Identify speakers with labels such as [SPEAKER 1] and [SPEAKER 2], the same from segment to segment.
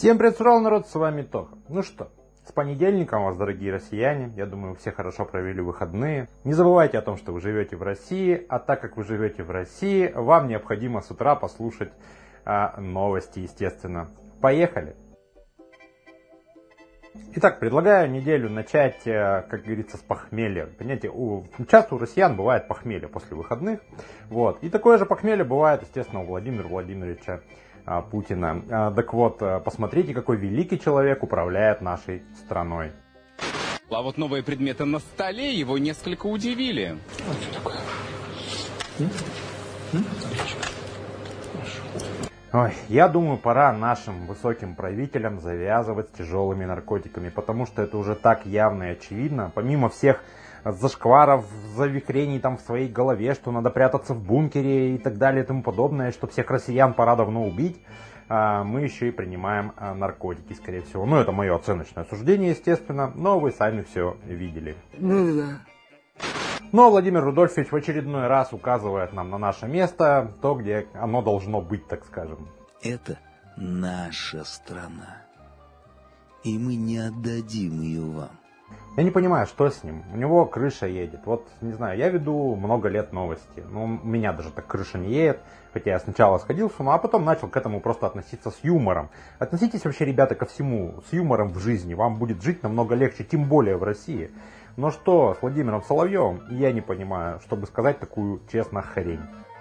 [SPEAKER 1] Всем привет, сурал народ, с вами Тоха. Ну что, с понедельником вас, дорогие россияне. Я думаю, вы все хорошо провели выходные. Не забывайте о том, что вы живете в России, а так как вы живете в России, вам необходимо с утра послушать новости, естественно. Поехали! Итак, предлагаю неделю начать, как говорится, с похмелья. Понимаете, часто у россиян бывает похмелье после выходных. Вот. И такое же похмелье бывает, естественно, у Владимира Владимировича Путина. Так вот, посмотрите, какой великий человек управляет нашей страной.
[SPEAKER 2] А вот новые предметы на столе его несколько удивили.
[SPEAKER 3] Вот что такое.
[SPEAKER 1] Ой, я думаю, пора нашим высоким правителям завязывать с тяжелыми наркотиками, потому что это уже так явно и очевидно. Помимо всех зашкваров, завихрений там в своей голове, что надо прятаться в бункере и так далее и тому подобное, что всех россиян пора давно убить, мы еще и принимаем наркотики, скорее всего. Ну, это мое оценочное суждение, естественно, но вы сами все видели.
[SPEAKER 3] Ну да.
[SPEAKER 1] Но Владимир Рудольфович в очередной раз указывает нам на наше место, то, где оно должно быть, так скажем.
[SPEAKER 4] Это наша страна, и мы не отдадим ее вам.
[SPEAKER 1] Я не понимаю, что с ним. У него крыша едет. Вот, не знаю, я веду много лет новости. Ну, у меня даже так крыша не едет. Хотя я сначала сходил с ума, а потом начал к этому просто относиться с юмором. Относитесь вообще, ребята, ко всему с юмором в жизни. Вам будет жить намного легче, тем более в России. Но что с Владимиром Соловьевым, я не понимаю, чтобы сказать такую честно хрень.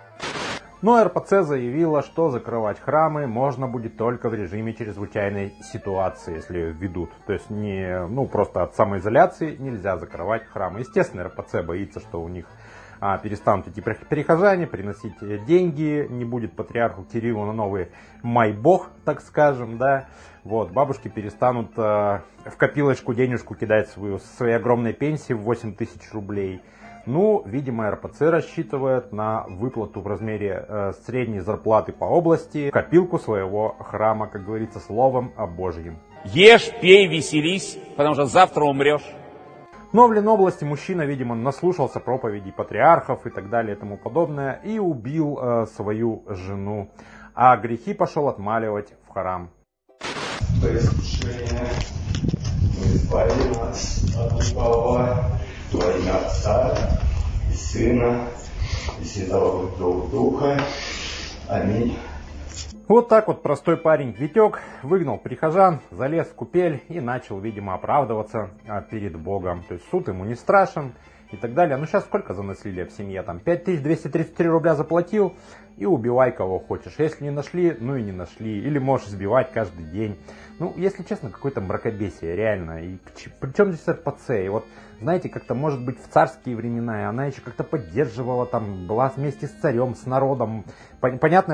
[SPEAKER 1] Но РПЦ заявила, что закрывать храмы можно будет только в режиме чрезвычайной ситуации, если введут. То есть не, просто от самоизоляции нельзя закрывать храмы. Естественно, РПЦ боится, что у них перестанут идти прихожане, приносить деньги, не будет патриарху Кириллу на новый майбог, так скажем, да. Вот, бабушки перестанут в копилочку денежку кидать свои огромные пенсии в 8 тысяч рублей. Ну, видимо, РПЦ рассчитывает на выплату в размере средней зарплаты по области, копилку своего храма, как говорится, словом Божьим.
[SPEAKER 5] Ешь, пей, веселись, потому что завтра умрешь.
[SPEAKER 1] Но в Ленобласти мужчина, видимо, наслушался проповедей патриархов и так далее и тому подобное и убил свою жену, а грехи пошел отмаливать в храм.
[SPEAKER 6] Искушение, избави нас от лукавого, во имя Отца и Сына и Святого Духа. Аминь.
[SPEAKER 1] Вот так вот простой парень Витек выгнал прихожан, залез в купель и начал, видимо, оправдываться перед Богом. То есть суд ему не страшен и так далее. Ну сейчас сколько заносили в семье? Там 5233 рубля заплатил и убивай кого хочешь. Если не нашли, ну и не нашли. Или можешь избивать каждый день. Ну, если честно, какое-то мракобесие, реально. И причем здесь РПЦ? И вот, знаете, как-то, может быть, в царские времена она еще как-то поддерживала, там, была вместе с царем, с народом. Понятно,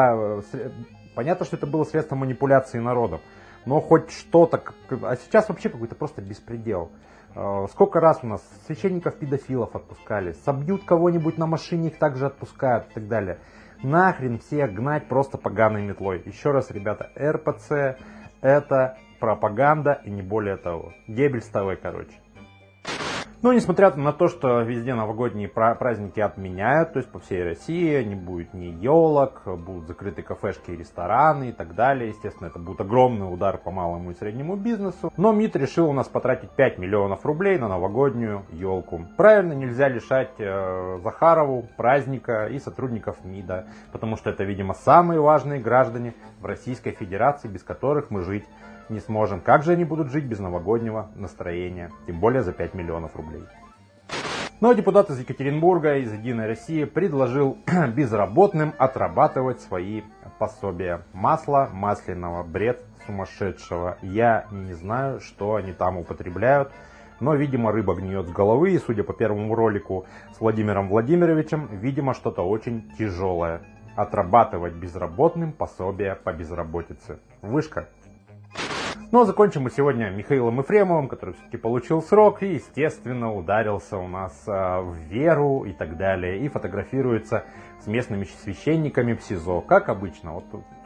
[SPEAKER 1] понятно, что это было средство манипуляции народом. Но хоть что-то. А сейчас вообще какой-то просто беспредел. Сколько раз у нас священников-педофилов отпускали, собьют кого-нибудь на машине, их также отпускают и так далее. Нахрен всех гнать просто поганой метлой. Еще раз, ребята, РПЦ это пропаганда и не более того. Геббельстовой, короче. Но несмотря на то, что везде новогодние праздники отменяют, то есть по всей России не будет ни елок, будут закрыты кафешки и рестораны и так далее. Естественно, это будет огромный удар по малому и среднему бизнесу. Но МИД решил у нас потратить 5 миллионов рублей на новогоднюю елку. Правильно, нельзя лишать Захарову праздника и сотрудников МИДа, потому что это, видимо, самые важные граждане в Российской Федерации, без которых мы жить не сможем. Как же они будут жить без новогоднего настроения? Тем более за 5 миллионов рублей. Но депутат из Екатеринбурга, из Единой России, предложил безработным отрабатывать свои пособия. Масло масляного, бред сумасшедшего. Я не знаю, что они там употребляют. Но, видимо, рыба гниет с головы. И, судя по первому ролику с Владимиром Владимировичем, видимо, что-то очень тяжелое. Отрабатывать безработным пособия по безработице. Вышка. Но закончим мы сегодня Михаилом Ефремовым, который все-таки получил срок и, естественно, ударился у нас в веру и так далее. И фотографируется с местными священниками в СИЗО, как обычно. Вот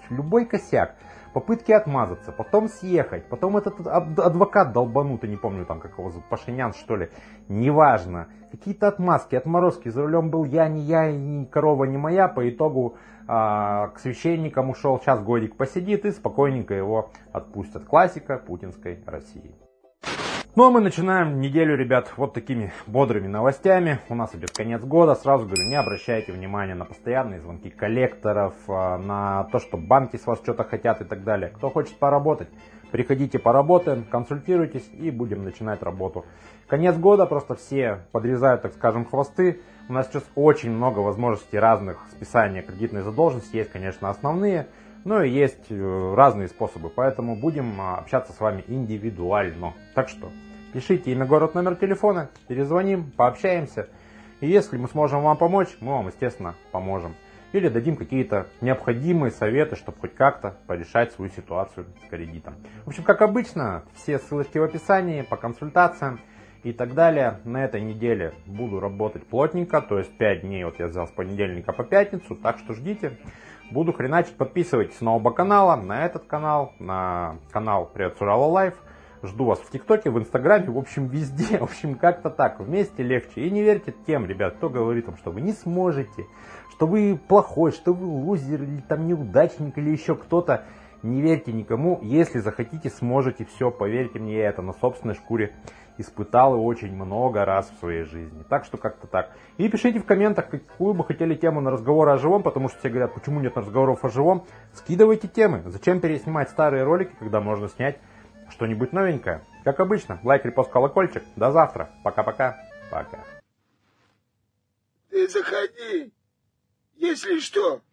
[SPEAKER 1] любой косяк, попытки отмазаться, потом съехать, потом этот адвокат долбанутый, не помню там как его зовут, Пашинян что ли, неважно, какие-то отмазки, отморозки, за рулем был я, ни корова не моя, по итогу к священникам ушел, сейчас годик посидит и спокойненько его отпустят. Классика путинской России. Ну а мы начинаем неделю, ребят, вот такими бодрыми новостями. У нас идет конец года. Сразу говорю, не обращайте внимания на постоянные звонки коллекторов, на то, что банки с вас что-то хотят и так далее. Кто хочет поработать, приходите поработаем, консультируйтесь и будем начинать работу. Конец года, просто все подрезают, так скажем, хвосты. У нас сейчас очень много возможностей разных списания кредитной задолженности. Есть, конечно, основные, но и есть разные способы. Поэтому будем общаться с вами индивидуально. Так что пишите имя, город, номер телефона, перезвоним, пообщаемся. И если мы сможем вам помочь, мы вам, естественно, поможем. Или дадим какие-то необходимые советы, чтобы хоть как-то порешать свою ситуацию с кредитом. В общем, как обычно, все ссылочки в описании по консультациям и так далее. На этой неделе буду работать плотненько, то есть 5 дней вот я взял с понедельника по пятницу, так что ждите. Буду хреначить, подписывайтесь на оба канала, на этот канал, на канал Привет Сурала Лайф. Жду вас в ТикТоке, в Инстаграме, в общем, везде. В общем, как-то так, вместе легче. И не верьте тем, ребят, кто говорит вам, что вы не сможете, что вы плохой, что вы лузер, или там неудачник, или еще кто-то. Не верьте никому. Если захотите, сможете, все, поверьте мне, я это на собственной шкуре испытал и очень много раз в своей жизни. Так что как-то так. И пишите в комментах, какую бы хотели тему на разговоры о живом, потому что все говорят, почему нет разговоров о живом. Скидывайте темы. Зачем переснимать старые ролики, когда можно снять что-нибудь новенькое? Как обычно, лайк, репост, колокольчик. До завтра. Пока-пока. Пока.
[SPEAKER 3] Ты заходи, если что.